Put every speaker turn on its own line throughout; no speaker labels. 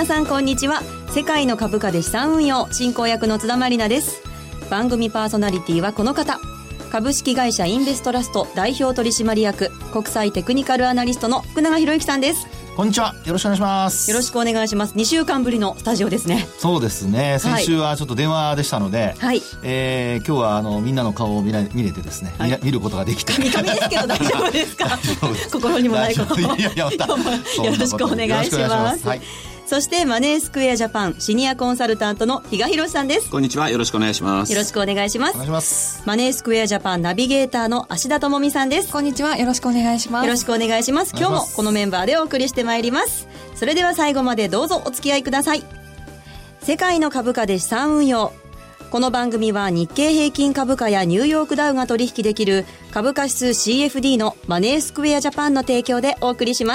皆さんこんにちは。世界の株価で資産運用進行役の津田まりなです。番組パーソナリティはこの方、株式会社インベストラスト代表取締役国際テクニカルアナリストの福永博之さんです。
こんにちは、よろしくお願いします。
よろしくお願いします。2週間ぶりのスタジオですね。
そうですね、先週はちょっと電話でしたので、はい、今日はみんなの顔を見れてですね、はい、見ることができて、
見た目ですけど大丈夫ですか？心にもないことをよろしくお願いします。はい、そしてマネースクエアジャパンシニアコンサルタントの比嘉博さんです。
こんにちは、よろしくお願いします。
よろしくお願いします。
お願いします。
マネースクエアジャパンナビゲーターの芦田智美さんです。
こんにちは、よろしくお願いします。
よろしくお願いします。今日もこのメンバーでお送りしてまいります。それでは最後までどうぞお付き合いください。世界の株価で資産運用。この番組は日経平均株価やニューヨークダウが取引できる株価指数 CFD のマネースクエアジャパンの提供でお送りします。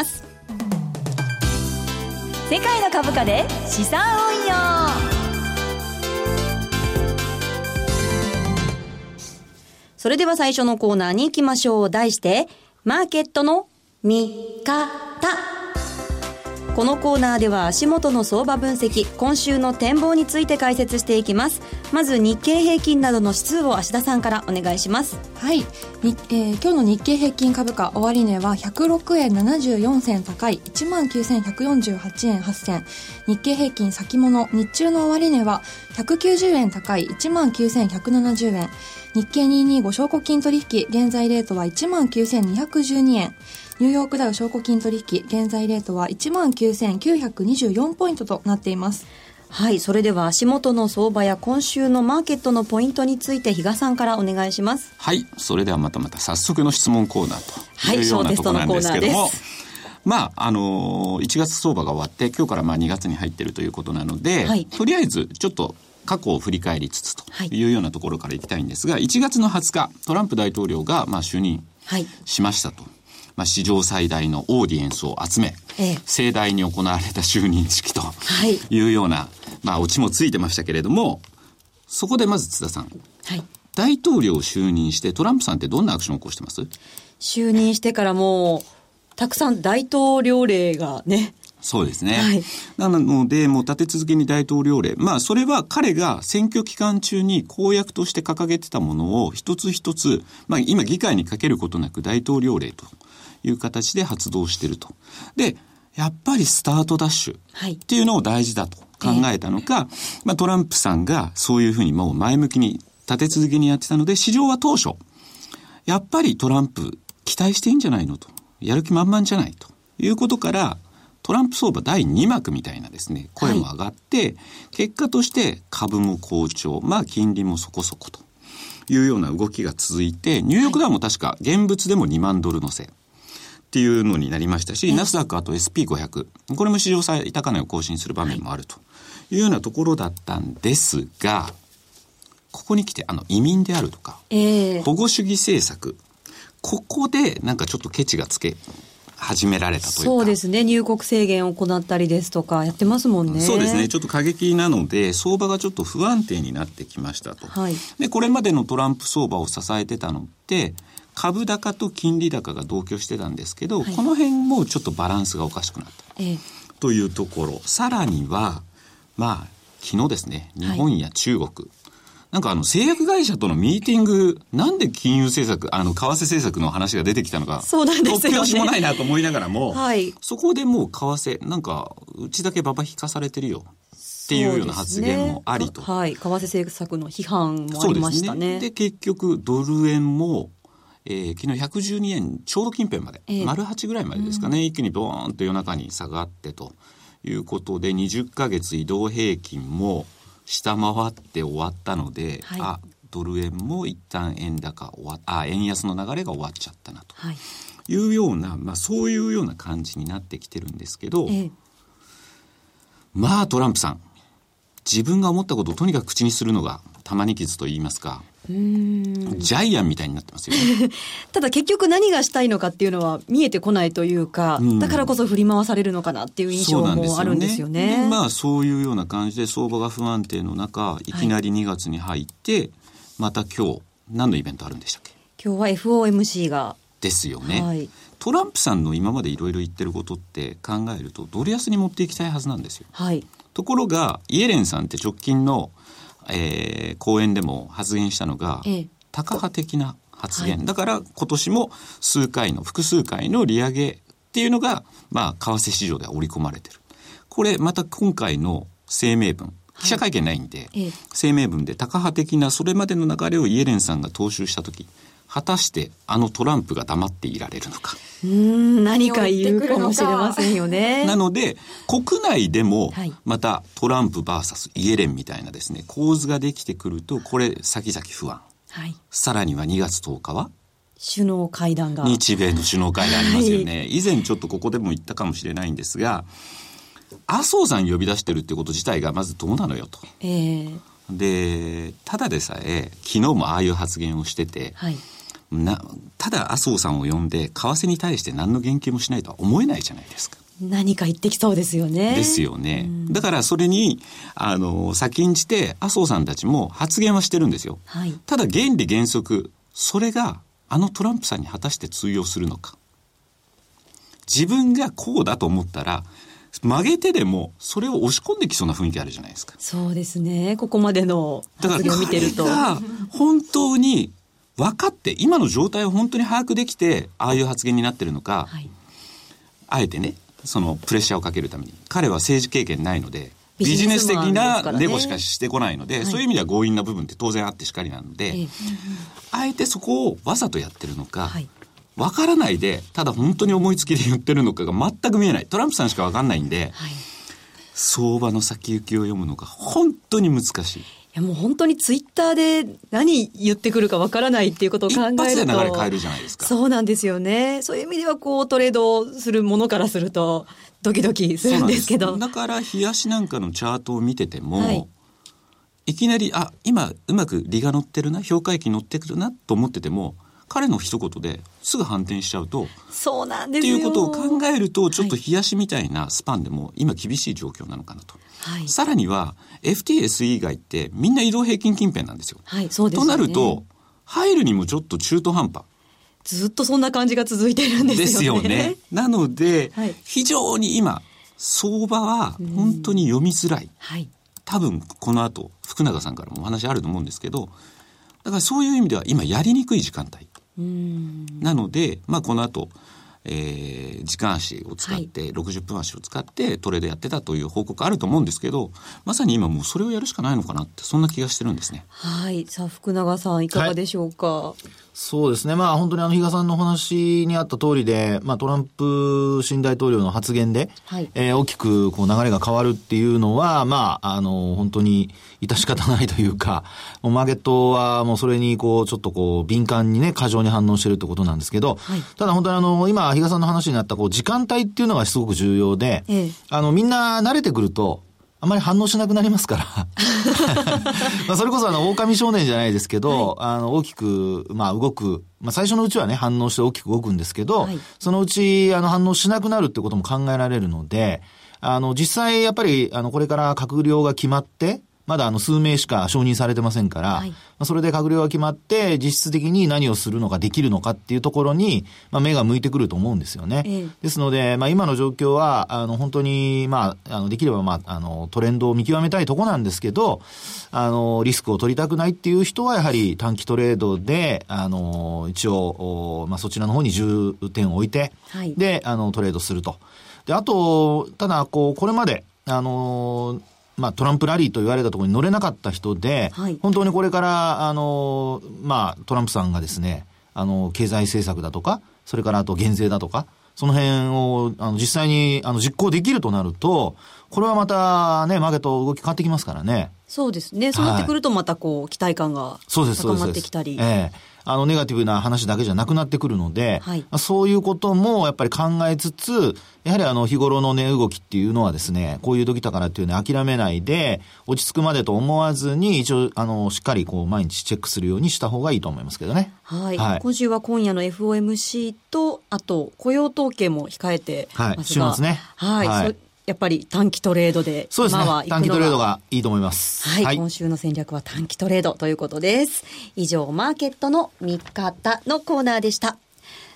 世界の株価で資産運用。それでは最初のコーナーに行きましょう。題してマーケットの見方。このコーナーでは足元の相場分析、今週の展望について解説していきます。まず日経平均などの指数を芦田さんからお願いします。
はい、今日の日経平均株価終値は106円74銭高い 19,148 円8銭。日経平均先物日中の終値は190円高い 19,170 円。日経225証拠金取引現在レートは 19,212 円。ニューヨークダウ証拠金取引現在レートは 19,924 ポイントとなっています。
はい、それでは足元の相場や今週のマーケットのポイントについて比嘉さんからお願いします。
はい、それではまた早速の質問コーナーというようなところなんですけども、1月相場が終わって今日から2月に入っているということなので、はい、とりあえずちょっと過去を振り返りつつというようなところからいきたいんですが、1月の20日トランプ大統領が就任しましたと、史上最大のオーディエンスを集め、盛大に行われた就任式というような、オチもついてましたけれども、そこでまず津田さん、はい、大統領就任してトランプさんってどんなアクションを起こしてます？
就任してからもうたくさん大統領令がね。
そうですね、はい、なのでもう立て続けに大統領令、それは彼が選挙期間中に公約として掲げてたものを一つ一つ、今議会にかけることなく大統領令という形で発動していると。で、やっぱりスタートダッシュっていうのを大事だと考えたのか、トランプさんがそういうふうにもう前向きに立て続けにやってたので、市場は当初やっぱりトランプ期待していいんじゃないのと、やる気満々じゃないということから、トランプ相場第2幕みたいなですね声も上がって、結果として株も好調、金利もそこそこというような動きが続いて、ニューヨークダウも確か現物でも2万ドル乗せっていうのになりましたし、ナスダックあと SP500 これも史上最高値を更新する場面もあるというようなところだったんですが、ここに来て移民であるとか、保護主義政策、ここでちょっとケチがつけ始められたというか。
そうですね、入国制限を行ったりですとかやってますもんね。
そうですね、ちょっと過激なので相場がちょっと不安定になってきましたと、はい、でこれまでのトランプ相場を支えてたのって株高と金利高が同居してたんですけど、はい、この辺もちょっとバランスがおかしくなった、というところ。さらには昨日ですね、日本や中国、製薬会社とのミーティング、なんで金融政策、為替政策の話が出てきたのか、
そうなんですよね、
突拍子もないなと思いながらも、
はい、
そこでもう為替、うちだけババ引かされてるよっていうような発言もありと。
はい、為替政策の批判もありましたね。
そうですね。で、結局、ドル円も、昨日112円ちょうど近辺まで、丸8ぐらいまでですかね、一気にドーンと夜中に下がってということで、20ヶ月移動平均も下回って終わったので、はい、ドル円も一旦円安の流れが終わっちゃったなというような、そういうような感じになってきてるんですけど、トランプさん自分が思ったことをとにかく口にするのが玉にきずと言いますか、ジャイアンみたいになってますよね。
ただ結局何がしたいのかっていうのは見えてこないというか、だからこそ振り回されるのかなっていう印象もあるんですよね。
そういうような感じで相場が不安定の中、いきなり2月に入って、また今日何のイベントあるんでしたっけ？
今日は FOMC が
ですよね。トランプさんの今までいろいろ言ってることって考えるとドル安に持っていきたいはずなんですよ。ところがイエレンさんって直近の、講演でも発言したのが、タカ派的な発言、だから今年も複数回の利上げっていうのが、為替市場では織り込まれてる。これまた今回の声明文、記者会見ないんで、声明文でタカ派的なそれまでの流れをイエレンさんが踏襲したとき、果たしてトランプが黙っていられるのか。
何か言うかもしれませんよね。
なので国内でもまたトランプ VS イエレンみたいなですね構図ができてくると、これ先々不安。さらには2月10日は
首脳会談が、
日米の首脳会談ありますよね。以前ちょっとここでも言ったかもしれないんですが、麻生さん呼び出してるってこと自体がまずどうなのよと。でただでさえ昨日もああいう発言をしてて、ただ麻生さんを呼んで為替に対して何の言及もしないとは思えないじゃないですか。
何か言ってきそうですよね。
ですよね。だからそれに先んじて麻生さんたちも発言はしてるんですよ。ただ原理原則それがトランプさんに果たして通用するのか。自分がこうだと思ったら曲げてでもそれを押し込んできそうな雰囲気あるじゃないですか。
そうですね。ここまでの発言を見てると、
だから彼が本当に分かって今の状態を本当に把握できてああいう発言になってるのか、あえてねそのプレッシャーをかけるために。彼は政治経験ないのでビジネス的なレゴしかしてこないので、そういう意味では強引な部分って当然あってしかりなので、あえてそこをわざとやってるのか、わからないでただ本当に思いつきで言ってるのかが全く見えない。トランプさんしかわかんないんで、相場の先行きを読むのが本当に難しい。
いやもう本当にツイッターで何言ってくるかわからないっていうことを考えると
一発で流れ変えるじゃないですか。
そうなんですよね。そういう意味ではトレードするものからするとドキドキするんですけど、
だから日足なんかのチャートを見てても、いきなり今うまく利が乗ってるな、評価益乗ってくるなと思ってても彼の一言ですぐ反転しちゃうと、
そうなんですよ
っていうことを考えるとちょっと日足みたいなスパンでも今厳しい状況なのかなと。さらには FTS 以外ってみんな移動平均近辺なんですよ。
そうですよね。
となると入るにもちょっと中途半端。
ずっとそんな感じが続いてるんですよね。
ですよね。なので、非常に今相場は本当に読みづらい。多分この後福永さんからもお話あると思うんですけど、だからそういう意味では今やりにくい時間帯なので、この後、時間足を使って、60分足を使ってトレードやってたという報告あると思うんですけど、まさに今もうそれをやるしかないのかなって、そんな気がしてるんですね。
さあ福永さんいかがでしょうか。
そうですね。本当に比嘉さんのお話にあった通りで、トランプ新大統領の発言で、大きく流れが変わるっていうのは、本当に致し方ないというか、もうマーケットはもうそれにちょっと敏感にね、過剰に反応してるってことなんですけど、ただ本当に今、比嘉さんの話になった時間帯っていうのがすごく重要で、みんな慣れてくると、あまり反応しなくなりますからそれこそ狼少年じゃないですけど、大きく動く、最初のうちはね反応して大きく動くんですけど、そのうち反応しなくなるってことも考えられるので、実際やっぱりこれから閣僚が決まってまだ数名しか承認されてませんから、それで閣僚が決まって実質的に何をするのかできるのかっていうところに、目が向いてくると思うんですよね。ですので、今の状況は本当にできればトレンドを見極めたいところなんですけど、リスクを取りたくないっていう人はやはり短期トレードで一応そちらの方に重点を置いて、でトレードすると。であとただこれまでトランプラリーと言われたところに乗れなかった人で、本当にこれからトランプさんがですね経済政策だとか、それからあと減税だとか、その辺を実際に実行できるとなると、これはまたねマーケット動き変わってきますからね。
そうですね。そうなってくるとまた期待感が高まってきたり、
ネガティブな話だけじゃなくなってくるので、そういうこともやっぱり考えつつ、やはり日頃の値動きっていうのはですね、こういう時だからっていうのを諦めないで、落ち着くまでと思わずに、一応しっかり毎日チェックするようにした方がいいと思いますけどね。
今週は今夜の FOMC と、あと雇用統計も控えてますが、
週末ね。
やっぱり短期トレードで
そうですね。短期トレードがいいと思います。
今週の戦略は短期トレードということです。以上、マーケットの見方のコーナーでした。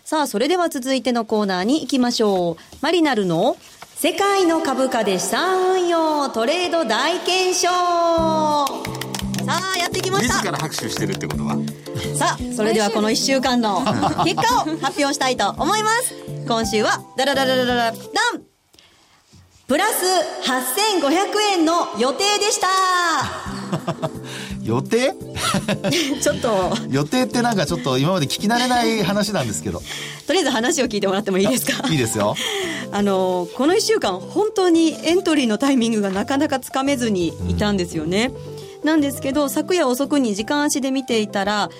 さあ、それでは続いてのコーナーに行きましょう。マリナルの世界の株価で資産運用トレード大検証。さあ、やってきました。
自ら拍手してるってことは。
さあ、それではこの1週間の結果を発表したいと思います。今週はダラダラダラダンプラス8500円の予定でした。
予定
ちょっと
予定ってなんかちょっと今まで聞き慣れない話なんですけど
とりあえず話を聞いてもらってもいいですか？
いいですよ。
この1週間本当にエントリーのタイミングがなかなかつかめずにいたんですよね、なんですけど昨夜遅くに時間足で見ていたら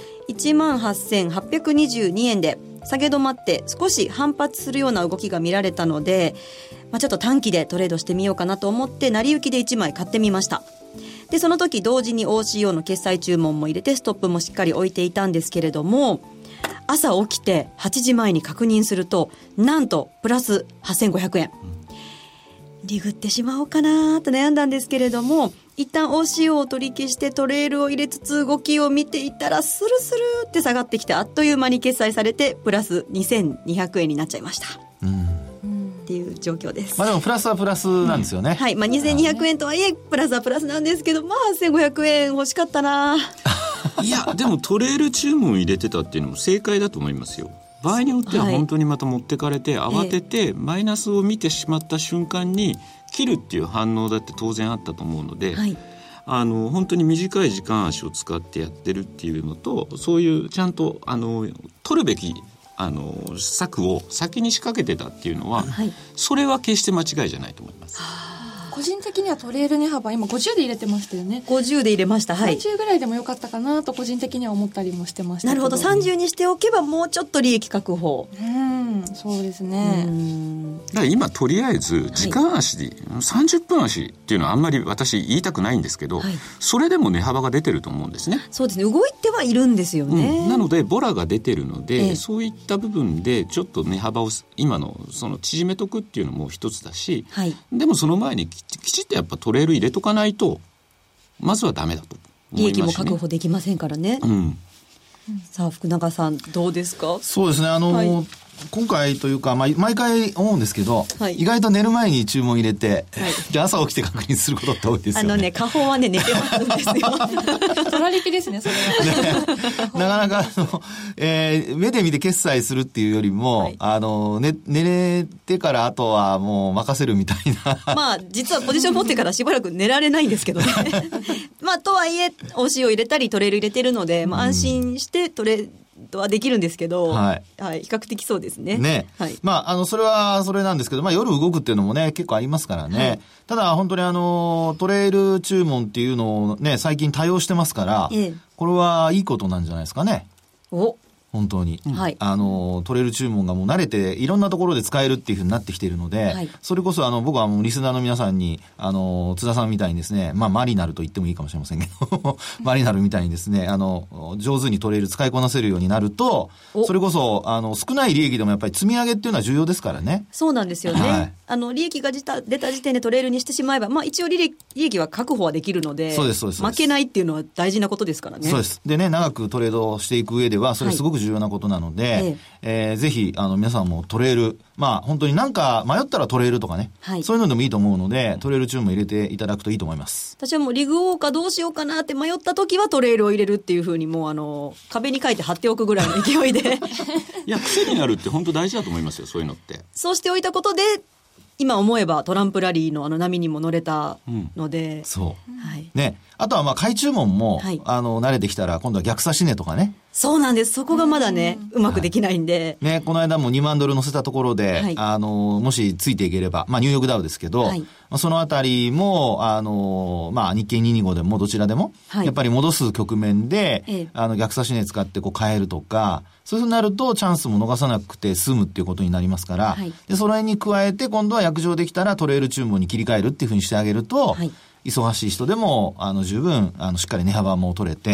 18,822 円で下げ止まって少し反発するような動きが見られたので、ちょっと短期でトレードしてみようかなと思って成り行きで1枚買ってみました。でその時同時に OCO の決済注文も入れてストップもしっかり置いていたんですけれども、朝起きて8時前に確認するとなんとプラス8500円、リグってしまおうかなと悩んだんですけれども、一旦 OCO を取り消してトレールを入れつつ動きを見ていたらスルスルって下がってきてあっという間に決済されてプラス2200円になっちゃいました、っていう状況です。
でもプラスはプラスなんですよね、
はい、2200円とはいえプラスはプラスなんですけど、8500円欲しかったない
やでもトレール注文入れてたっていうのも正解だと思いますよ。場合によっては本当にまた持ってかれて、慌ててマイナスを見てしまった瞬間に切るっていう反応だって当然あったと思うので、本当に短い時間足を使ってやってるっていうのと、そういうちゃんと取るべき策を先に仕掛けてたっていうのは、それは決して間違いじゃないと思います。
個人的にはトレール値幅今50で入れてましたよね。
50で入れました。はい、
30ぐらいでもよかったかなと個人的には思ったりもしてましたけど。
なるほど、30にしておけばもうちょっと利益確保。
そうですね。
だから今とりあえず時間足で、30分足っていうのはあんまり私言いたくないんですけど、それでも値幅が出てると思うんですね。
そうですね、動いてはいるんですよね、
なのでボラが出てるので、そういった部分でちょっと値幅を今のその縮めとくっていうのも一つだし、でもその前にきちっとやっぱトレール入れとかないとまずはダメだと思いますね。
利益も確保できませんからね、さあ福永さんどうですか？
そうですね、今回というか、毎回思うんですけど、意外と寝る前に注文入れて、で朝起きて確認することって多いですよね。
下方はね寝てますんですよ。
取られきですね、それは。
なかなか目で見て決済するっていうよりも、寝れてからあとはもう任せるみたいな。
実はポジション持ってからしばらく寝られないんですけどね。とはいえ OC を入れたりトレール入れてるので、安心してトレードはできるんですけど、比較的そうですね。それはそれなんですけど、夜動くっていうのもね結構ありますからね、ただ本当にトレール注文っていうのをね最近多用してますから、これはいいことなんじゃないですかね。本当に、トレール注文がもう慣れていろんなところで使えるっていう風になってきているので、それこそ僕はもうリスナーの皆さんに津田さんみたいにですね、マリナルと言ってもいいかもしれませんけどマリナルみたいにですね上手にトレール使いこなせるようになると、それこそ少ない利益でもやっぱり積み上げっていうのは重要ですからね。 そうなんですよね、利益が出た時点でトレールにしてしまえば、一応利益は確保はできるので、負けないっていうのは大事なことですからね。
そうです。でね、長くトレードしていく上ではそれすごく重要なことなので、ぜひ皆さんもトレール、本当になんか迷ったらトレールとかね、そういうのでもいいと思うので、トレール注文入れていただくといいと思います。
私はもうリグオーかどうしようかなって迷った時はトレールを入れるっていう風にもう壁に書いて貼っておくぐらいの勢いで
いや癖になるって本当大事だと思いますよ、そういうのって。
そうしておいたことで今思えばトランプラリーの波にも乗れたので、
ね、あとは買い注文も、慣れてきたら今度は逆差し値とかね。
そうなんです。そこがまだね、うまくできないんで、
この間も2万ドル乗せたところで、もしついていければ、ニューヨークダウですけど、そのあたりも日経225でもどちらでも、やっぱり戻す局面で、逆差し値使って買えるとか、そういうふうになるとチャンスも逃さなくて済むっていうことになりますから、でそれに加えて今度は約定できたらトレール注文に切り替えるっていうふうにしてあげると、忙しい人でも十分しっかり値幅も取れて、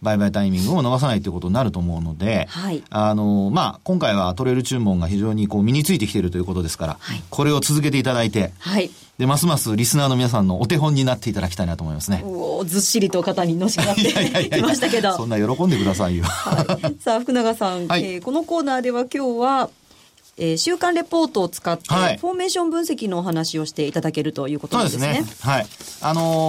売買タイミングを逃さないということになると思うので、
はい、
今回はトレール注文が非常に身についてきているということですから、はい、これを続けていただいて、はい、でますますリスナーの皆さんのお手本になっていただきたいなと思いますね。
ずっしりと肩にのしかかってきましたけど
そんな喜んでくださいよ、
はい、さあ福永さん、はい、このコーナーでは今日は週間レポートを使って、はい、フォーメーション分析のお話をしていただけるということなんですね。
そうですね。はい。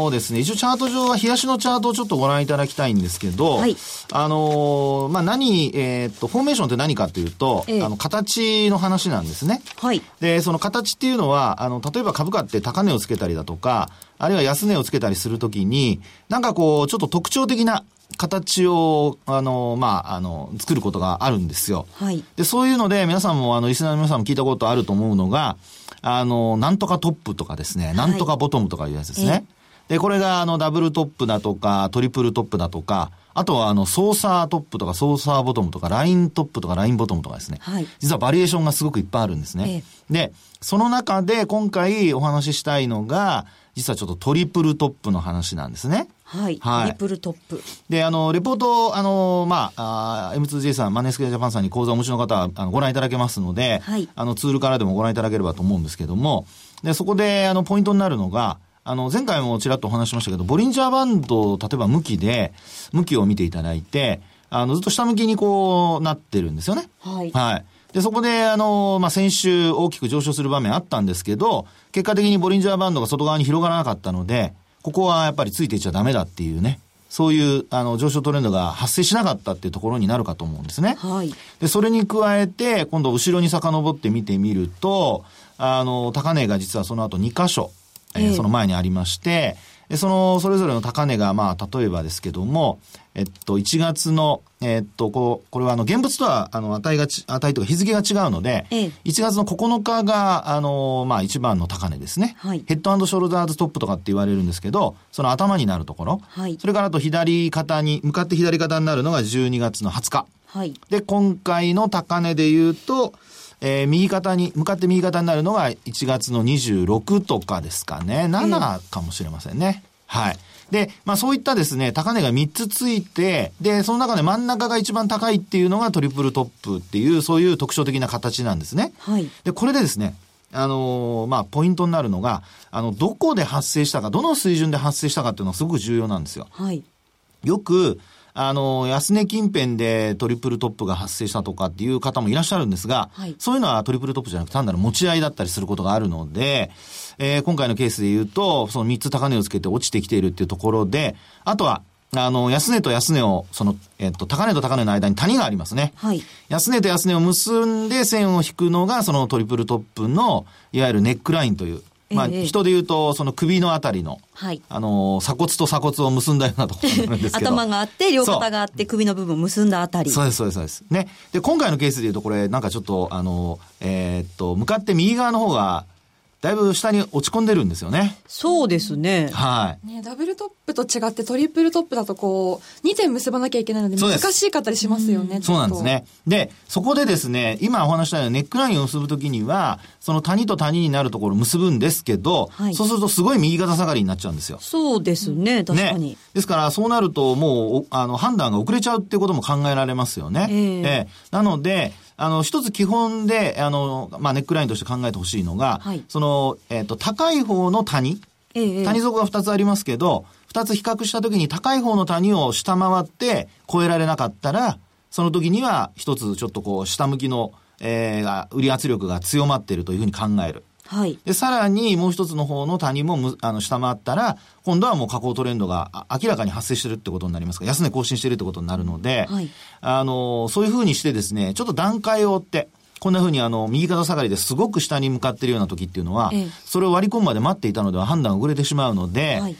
ですね、一応チャート上は、冷やしのチャートをちょっとご覧いただきたいんですけど、はい、フォーメーションって何かというと、形の話なんですね。はい。で、その形っていうのは、例えば株価って高値をつけたりだとか、あるいは安値をつけたりするときに、ちょっと特徴的な形を、作ることがあるんですよ。はい。で、そういうので、皆さんも、リスナーの皆さんも聞いたことあると思うのが、なんとかトップとかですね、なんとかボトムとかいうやつですね。で、これが、ダブルトップだとか、トリプルトップだとか、あとは、ソーサートップとか、ソーサーボトムとか、ライントップとか、ラインボトムとかですね。はい。実はバリエーションがすごくいっぱいあるんですね。で、その中で今回お話ししたいのが、実はちょっとトリプルトップの話なんですね。
はい。はい、トリプルトップ。
で、レポート、M2J さん、マネースクエアジャパンさんに講座をお持ちの方は、ご覧いただけますので、はい。ツールからでもご覧いただければと思うんですけども、で、そこで、ポイントになるのが、前回もちらっとお話しましたけど、ボリンジャーバンド、例えば向きを見ていただいて、ずっと下向きになってるんですよね。はい。はい。で、そこで、先週大きく上昇する場面あったんですけど、結果的にボリンジャーバンドが外側に広がらなかったので、ここはやっぱりついていっちゃダメだっていうね、そういう、上昇トレンドが発生しなかったっていうところになるかと思うんですね。はい。で、それに加えて、今度後ろに遡って見てみると、高値が実はその後2箇所、その前にありまして、それぞれの高値が、例えばですけども、1月の、これは現物とは、値とか日付が違うので、1月の9日が、一番の高値ですね。はい。ヘッド&ショルダーズトップとかって言われるんですけど、その頭になるところ。はい。それからあと向かって左肩になるのが12月の20日。はい。で、今回の高値で言うと、向かって右肩になるのが1月の26とかですかね。7かもしれませんね。はい。で、そういったですね、高値が3つついて、で、その中で真ん中が一番高いっていうのがトリプルトップっていう、そういう特徴的な形なんですね。はい。で、これでですね、ポイントになるのが、どこで発生したか、どの水準で発生したかっていうのがすごく重要なんですよ。はい。よく、安値近辺でトリプルトップが発生したとかっていう方もいらっしゃるんですが、はい、そういうのはトリプルトップじゃなくて単なる持ち合いだったりすることがあるので、今回のケースで言うと、その3つ高値をつけて落ちてきているっていうところで、あとは、安値と安値を、高値と高値の間に谷がありますね。はい。安値と安値を結んで線を引くのが、そのトリプルトップの、いわゆるネックラインという、人で言うと、その首のあたりの、はい。鎖骨と鎖骨を結んだようなところになるんですけど。
頭があって、両肩があって、首の部分を結んだあたり。
そうです、そうです、そうです。ね。で、今回のケースで言うと、これ、なんかちょっと、向かって右側の方が、だいぶ下に落ち込んでるんですよね。
そうですね。
はい。
ね、ダブルトップと違ってトリプルトップだと2点結ばなきゃいけないので難しかったりしますよね。
そうなんですね。で、そこでですね、今お話したようにネックラインを結ぶときには、その谷と谷になるところを結ぶんですけど、はい、そうするとすごい右肩下がりになっちゃうんですよ。
そうですね、確かに。
ね、ですから、そうなるともう、判断が遅れちゃうっていうことも考えられますよね。なので、一つ基本で、ネックラインとして考えてほしいのが、はい、高い方の谷、谷底が2つありますけど、2つ比較したときに高い方の谷を下回って超えられなかったら、その時には一つちょっと下向きの、売り圧力が強まっているというふうに考える。はい。で、さらにもう一つの方の谷も下回ったら、今度はもう下降トレンドが明らかに発生してるってことになりますから、安値更新してるってことになるので、はい。そういうふうにしてですね、ちょっと段階を追って、こんな風に右肩下がりですごく下に向かっているような時っていうのは、それを割り込むまで待っていたのでは判断が遅れてしまうので、はい、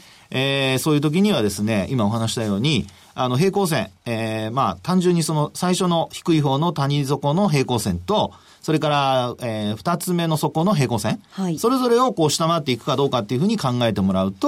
そういう時にはですね、今お話したように、平行線、単純にその最初の低い方の谷底の平行線と、それから、二つ目の底の平行線、はい、それぞれを下回っていくかどうかっていうふうに考えてもらうと、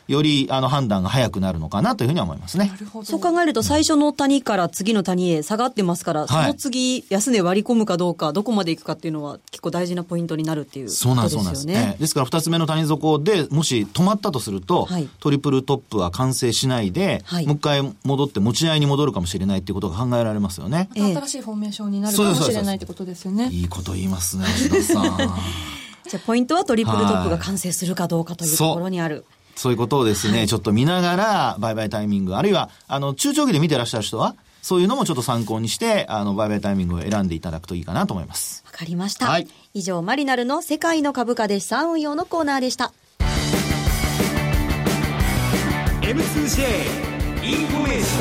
より判断が早くなるのかなというふうには思いますね。
なるほど。
そう考えると最初の谷から次の谷へ下がってますから、その次安値割り込むかどうか、どこまで行くかっていうのは結構大事なポイントになるっていうことですよね。
そうなんです。ですから2つ目の谷底でもし止まったとすると、トリプルトップは完成しないで、もう一回戻って持ち合いに戻るかもしれないっていうことが考えられますよね。
また新しいフォーメーションになるかもしれないってことですよね。
いいこと言いますね、吉田さん。
じゃあポイントはトリプルトップが完成するかどうかというところにある。
そういうことをですね、ちょっと見ながら売買タイミング、あるいは中長期で見てらっしゃる人はそういうのもちょっと参考にして売買タイミングを選んでいただくといいかなと思います。
わかりました、以上マリナルの世界の株価で資産運用のコーナーでした。
M2J インフォメーション。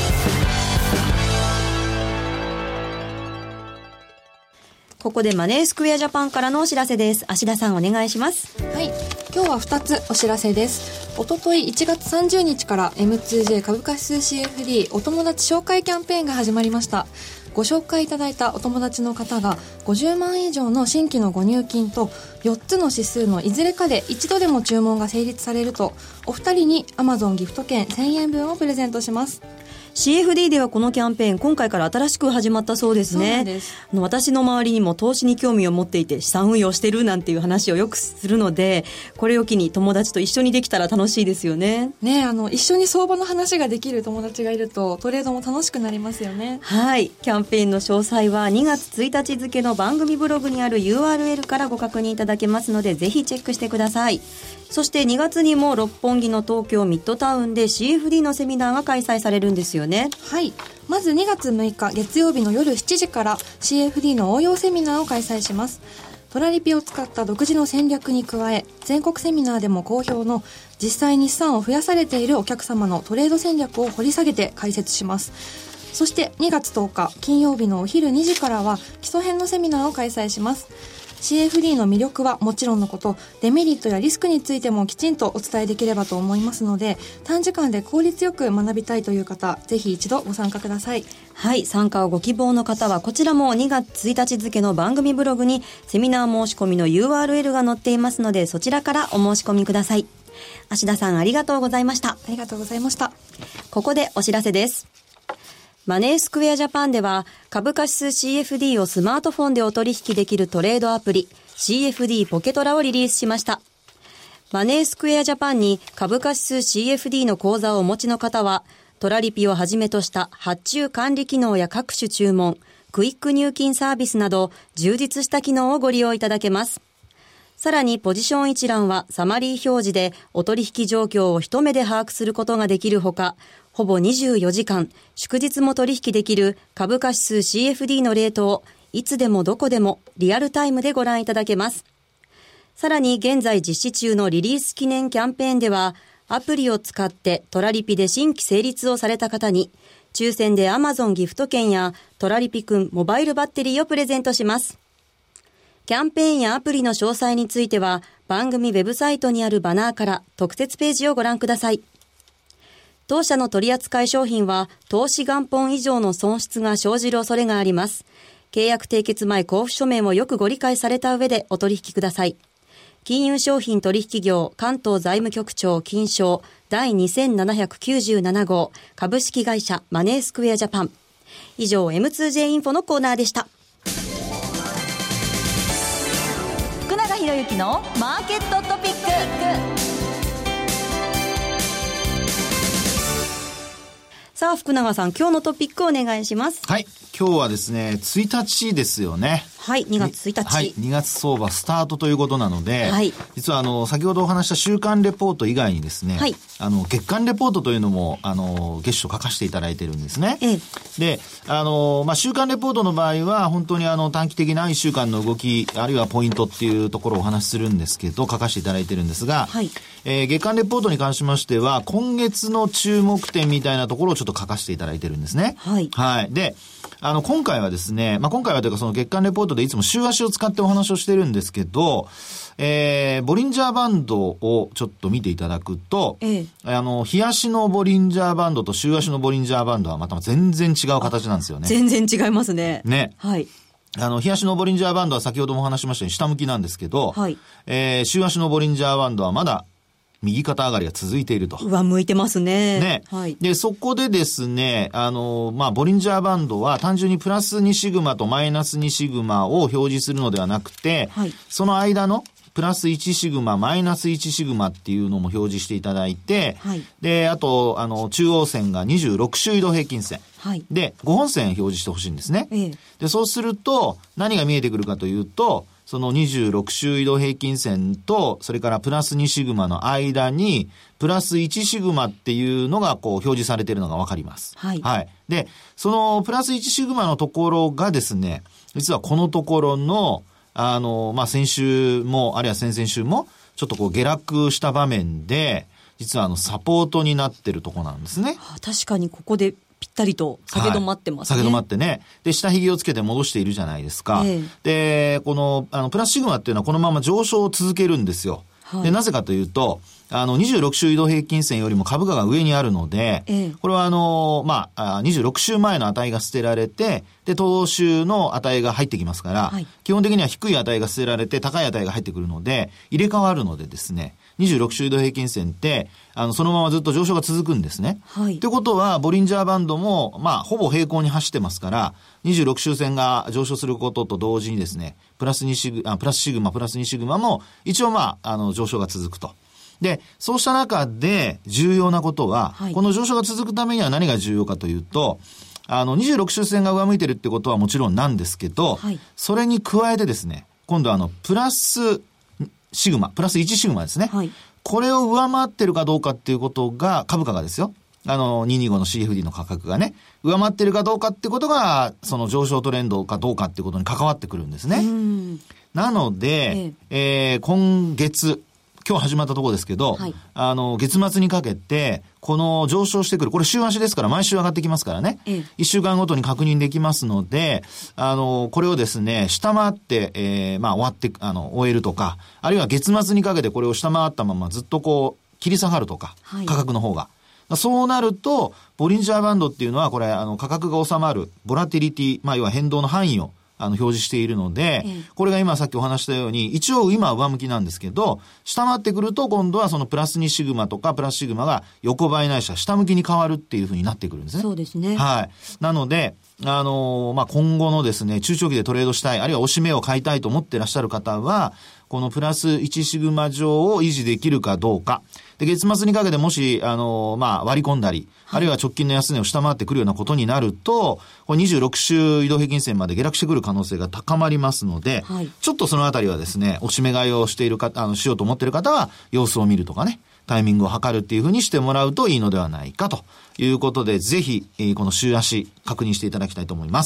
ここでマネースクエアジャパンからのお知らせです。芦田さんお願いします。
はい、今日は2つお知らせです。おととい1月30日から M2J 株価指数 CFD お友達紹介キャンペーンが始まりました。ご紹介いただいたお友達の方が50万以上の新規のご入金と4つの指数のいずれかで一度でも注文が成立されると、お二人に Amazon ギフト券1000円分をプレゼントします。
CFD ではこのキャンペーン今回から新しく始まったそうですね。そうなんです。私の周りにも投資に興味を持っていて資産運用してるなんていう話をよくするので、これを機に友達と一緒にできたら楽しいですよね。
ね、一緒に相場の話ができる友達がいるとトレードも楽しくなりますよね。
はい、キャンペーンの詳細は2月1日付の番組ブログにある URL からご確認いただけますので、ぜひチェックしてください。そして2月にも六本木の東京ミッドタウンで CFD のセミナーが開催されるんですよね。
はい、まず2月6日月曜日の夜7時から CFD の応用セミナーを開催します。トラリピを使った独自の戦略に加え、全国セミナーでも好評の実際に資産を増やされているお客様のトレード戦略を掘り下げて解説します。そして2月10日金曜日のお昼2時からは基礎編のセミナーを開催します。CFD の魅力はもちろんのこと、デメリットやリスクについてもきちんとお伝えできればと思いますので、短時間で効率よく学びたいという方、ぜひ一度ご参加ください。
はい、参加をご希望の方はこちらも2月1日付の番組ブログにセミナー申し込みの URL が載っていますので、そちらからお申し込みください。芦田さんありがとうございました。
ありがとうございました。
ここでお知らせです。マネースクエアジャパンでは株価指数 CFD をスマートフォンでお取引できるトレードアプリ CFD ポケトラをリリースしました。マネースクエアジャパンに株価指数 CFD の口座をお持ちの方は、トラリピをはじめとした発注管理機能や各種注文、クイック入金サービスなど充実した機能をご利用いただけます。さらにポジション一覧はサマリー表示でお取引状況を一目で把握することができるほか、ほぼ24時間、祝日も取引できる株価指数 CFD のレートをいつでもどこでもリアルタイムでご覧いただけます。さらに現在実施中のリリース記念キャンペーンでは、アプリを使ってトラリピで新規成立をされた方に、抽選で Amazon ギフト券やトラリピくんモバイルバッテリーをプレゼントします。キャンペーンやアプリの詳細については、番組ウェブサイトにあるバナーから特設ページをご覧ください。当社の取扱い商品は投資元本以上の損失が生じる恐れがあります。契約締結前交付書面をよくご理解された上でお取引ください。金融商品取引業関東財務局長金賞第2797号株式会社マネースクエアジャパン。以上 M2J インフォのコーナーでした。福永博之のマーケットトピック。さあ福永さん、今日のトピックお願いします。
はい、今日はですね1日ですよね。
はい、2月1日。
はい、2月相場スタートということなので、
はい、
実は先ほどお話した週間レポート以外にですね、はい、月間レポートというのも月初書かせていただいてるんですね。で、週間レポートの場合は本当に短期的な1週間の動きあるいはポイントっていうところをお話しするんですけど、書かせていただいてるんですが、はい、月間レポートに関しましては今月の注目点みたいなところをちょっと書かせていただいてるんですね。はい。はい。で、今回はですね、今回はというかその月間レポートでいつも週足を使ってお話をしてるんですけど、ボリンジャーバンドをちょっと見ていただくと、日足のボリンジャーバンドと週足のボリンジャーバンドはまた全然違う形なんですよね。
全然違いますね。
ね。
はい。
日足のボリンジャーバンドは先ほども話しましたように下向きなんですけど、はい。週足のボリンジャーバンドはまだ右肩上がりが続いていると。
上向いてますね。
ね。
はい。
で、そこでですね、ボリンジャーバンドは単純にプラス2シグマとマイナス2シグマを表示するのではなくて、はい、その間のプラス1シグマ、マイナス1シグマっていうのも表示していただいて、はい、で、あと、中央線が26周移動平均線。はい、で、5本線表示してほしいんですね。で、そうすると、何が見えてくるかというと、その26周移動平均線と、それからプラス2シグマの間に、プラス1シグマっていうのがこう表示されているのがわかります。はい。はい。で、そのプラス1シグマのところがですね、実はこのところの、先週も、あるいは先々週も、ちょっとこう下落した場面で、実はサポートになってるところなんですね。
確かにここで、ぴったりと下げ止まってますね。
下げ止まってね。で、下髭をつけて戻しているじゃないですか。で、この、プラスシグマっていうのはこのまま上昇を続けるんですよ。はい、で、なぜかというと、26週移動平均線よりも株価が上にあるので、これは26週前の値が捨てられて、で、当週の値が入ってきますから、はい、基本的には低い値が捨てられて、高い値が入ってくるので、入れ替わるのでですね、26週移動平均線って、そのままずっと上昇が続くんですね。はい。ってことは、ボリンジャーバンドも、ほぼ平行に走ってますから、26週線が上昇することと同時にですね、プラス2シグマ、プラス2シグマも、一応上昇が続くと。で、そうした中で重要なことは、はい、この上昇が続くためには何が重要かというと、26周線が上向いてるってことはもちろんなんですけど、はい、それに加えてですね、今度はプラスシグマ、プラス1シグマですね。はい、これを上回ってるかどうかっていうことが、株価がですよ。225の CFD の価格がね、上回ってるかどうかってことが、その上昇トレンドかどうかっていうことに関わってくるんですね。なので、今月、今日始まったところですけど、はい、月末にかけて、この上昇してくる、これ週足ですから毎週上がってきますからね、1週間ごとに確認できますので、これをですね、下回って、終えるとか、あるいは月末にかけてこれを下回ったままずっとこう、切り下がるとか、はい、価格の方が。そうなると、ボリンジャーバンドっていうのは、これ、価格が収まる、ボラティリティ、要は変動の範囲を、表示しているので、これが今さっきお話したように、一応今は上向きなんですけど、下回ってくると今度はそのプラス2シグマとかプラスシグマが横ばいないしは下向きに変わるっていう風になってくるんですね。
そうですね。
はい。なので、今後のですね、中長期でトレードしたい、あるいは押し目を買いたいと思っていらっしゃる方は、このプラス1シグマ上を維持できるかどうか。で、月末にかけてもし、割り込んだり、はい、あるいは直近の安値を下回ってくるようなことになると、これ26週移動平均線まで下落してくる可能性が高まりますので、はい、ちょっとそのあたりはですね、押し目買いをしている方、しようと思っている方は、様子を見るとかね、タイミングを測るっていうふうにしてもらうといいのではないかということで、ぜひ、この週足確認していただきたいと思います。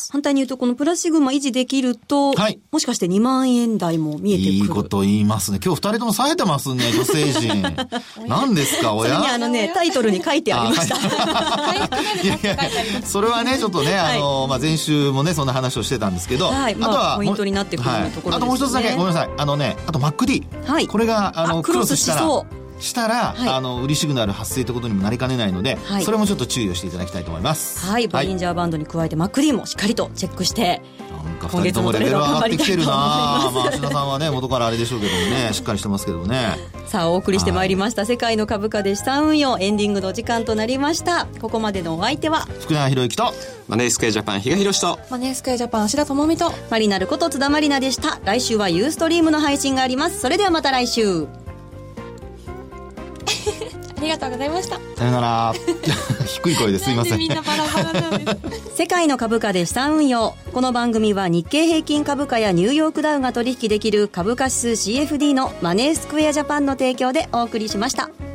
反対に言うと、このプラスシグマ維持できると、はい、もしかして2万円台も見えてくる。
いいこと言いますね。今日2人とも冴えてますね、女性陣。何ですか、親。
それにタイトルに書いてありました。
いやそれはね、ちょっとね、はい、前週もね、そんな話をしてたんですけど、はい、あとは、
ポイントになってくるようなところですね。
あともう一つだけ、ごめんなさい。あと MACD。はい。これが、クロスしたら、はい、売りシグナル発生ということにもなりかねないので、はい、それもちょっと注意をしていただきたいと思います。
はい。ボリンジャーバンドに加えて MACD もしっかりとチェックして、
なんか2人ともレベル上がってきてるな。芦田さんはね、元からあれでしょうけどもね、しっかりしてますけどね。
さあ、お送りしてまいりました、世界の株価で資産運用、エンディングの時間となりました。ここまでのお相手は、
福永博之と、
マネースクエアジャパン、比嘉宏と、
マネースクエアジャパン、芦田智美と、
マリナルこと津田まりなでした。来週はユーストリームの配信があります。それではまた来週。
ありがとうございました。
さよなら。低い声ですいません。
みんなバラバラなんです。
世界の株価で資産運用。この番組は日経平均株価やニューヨークダウが取引できる株価指数 CFD のマネースクエアジャパンの提供でお送りしました。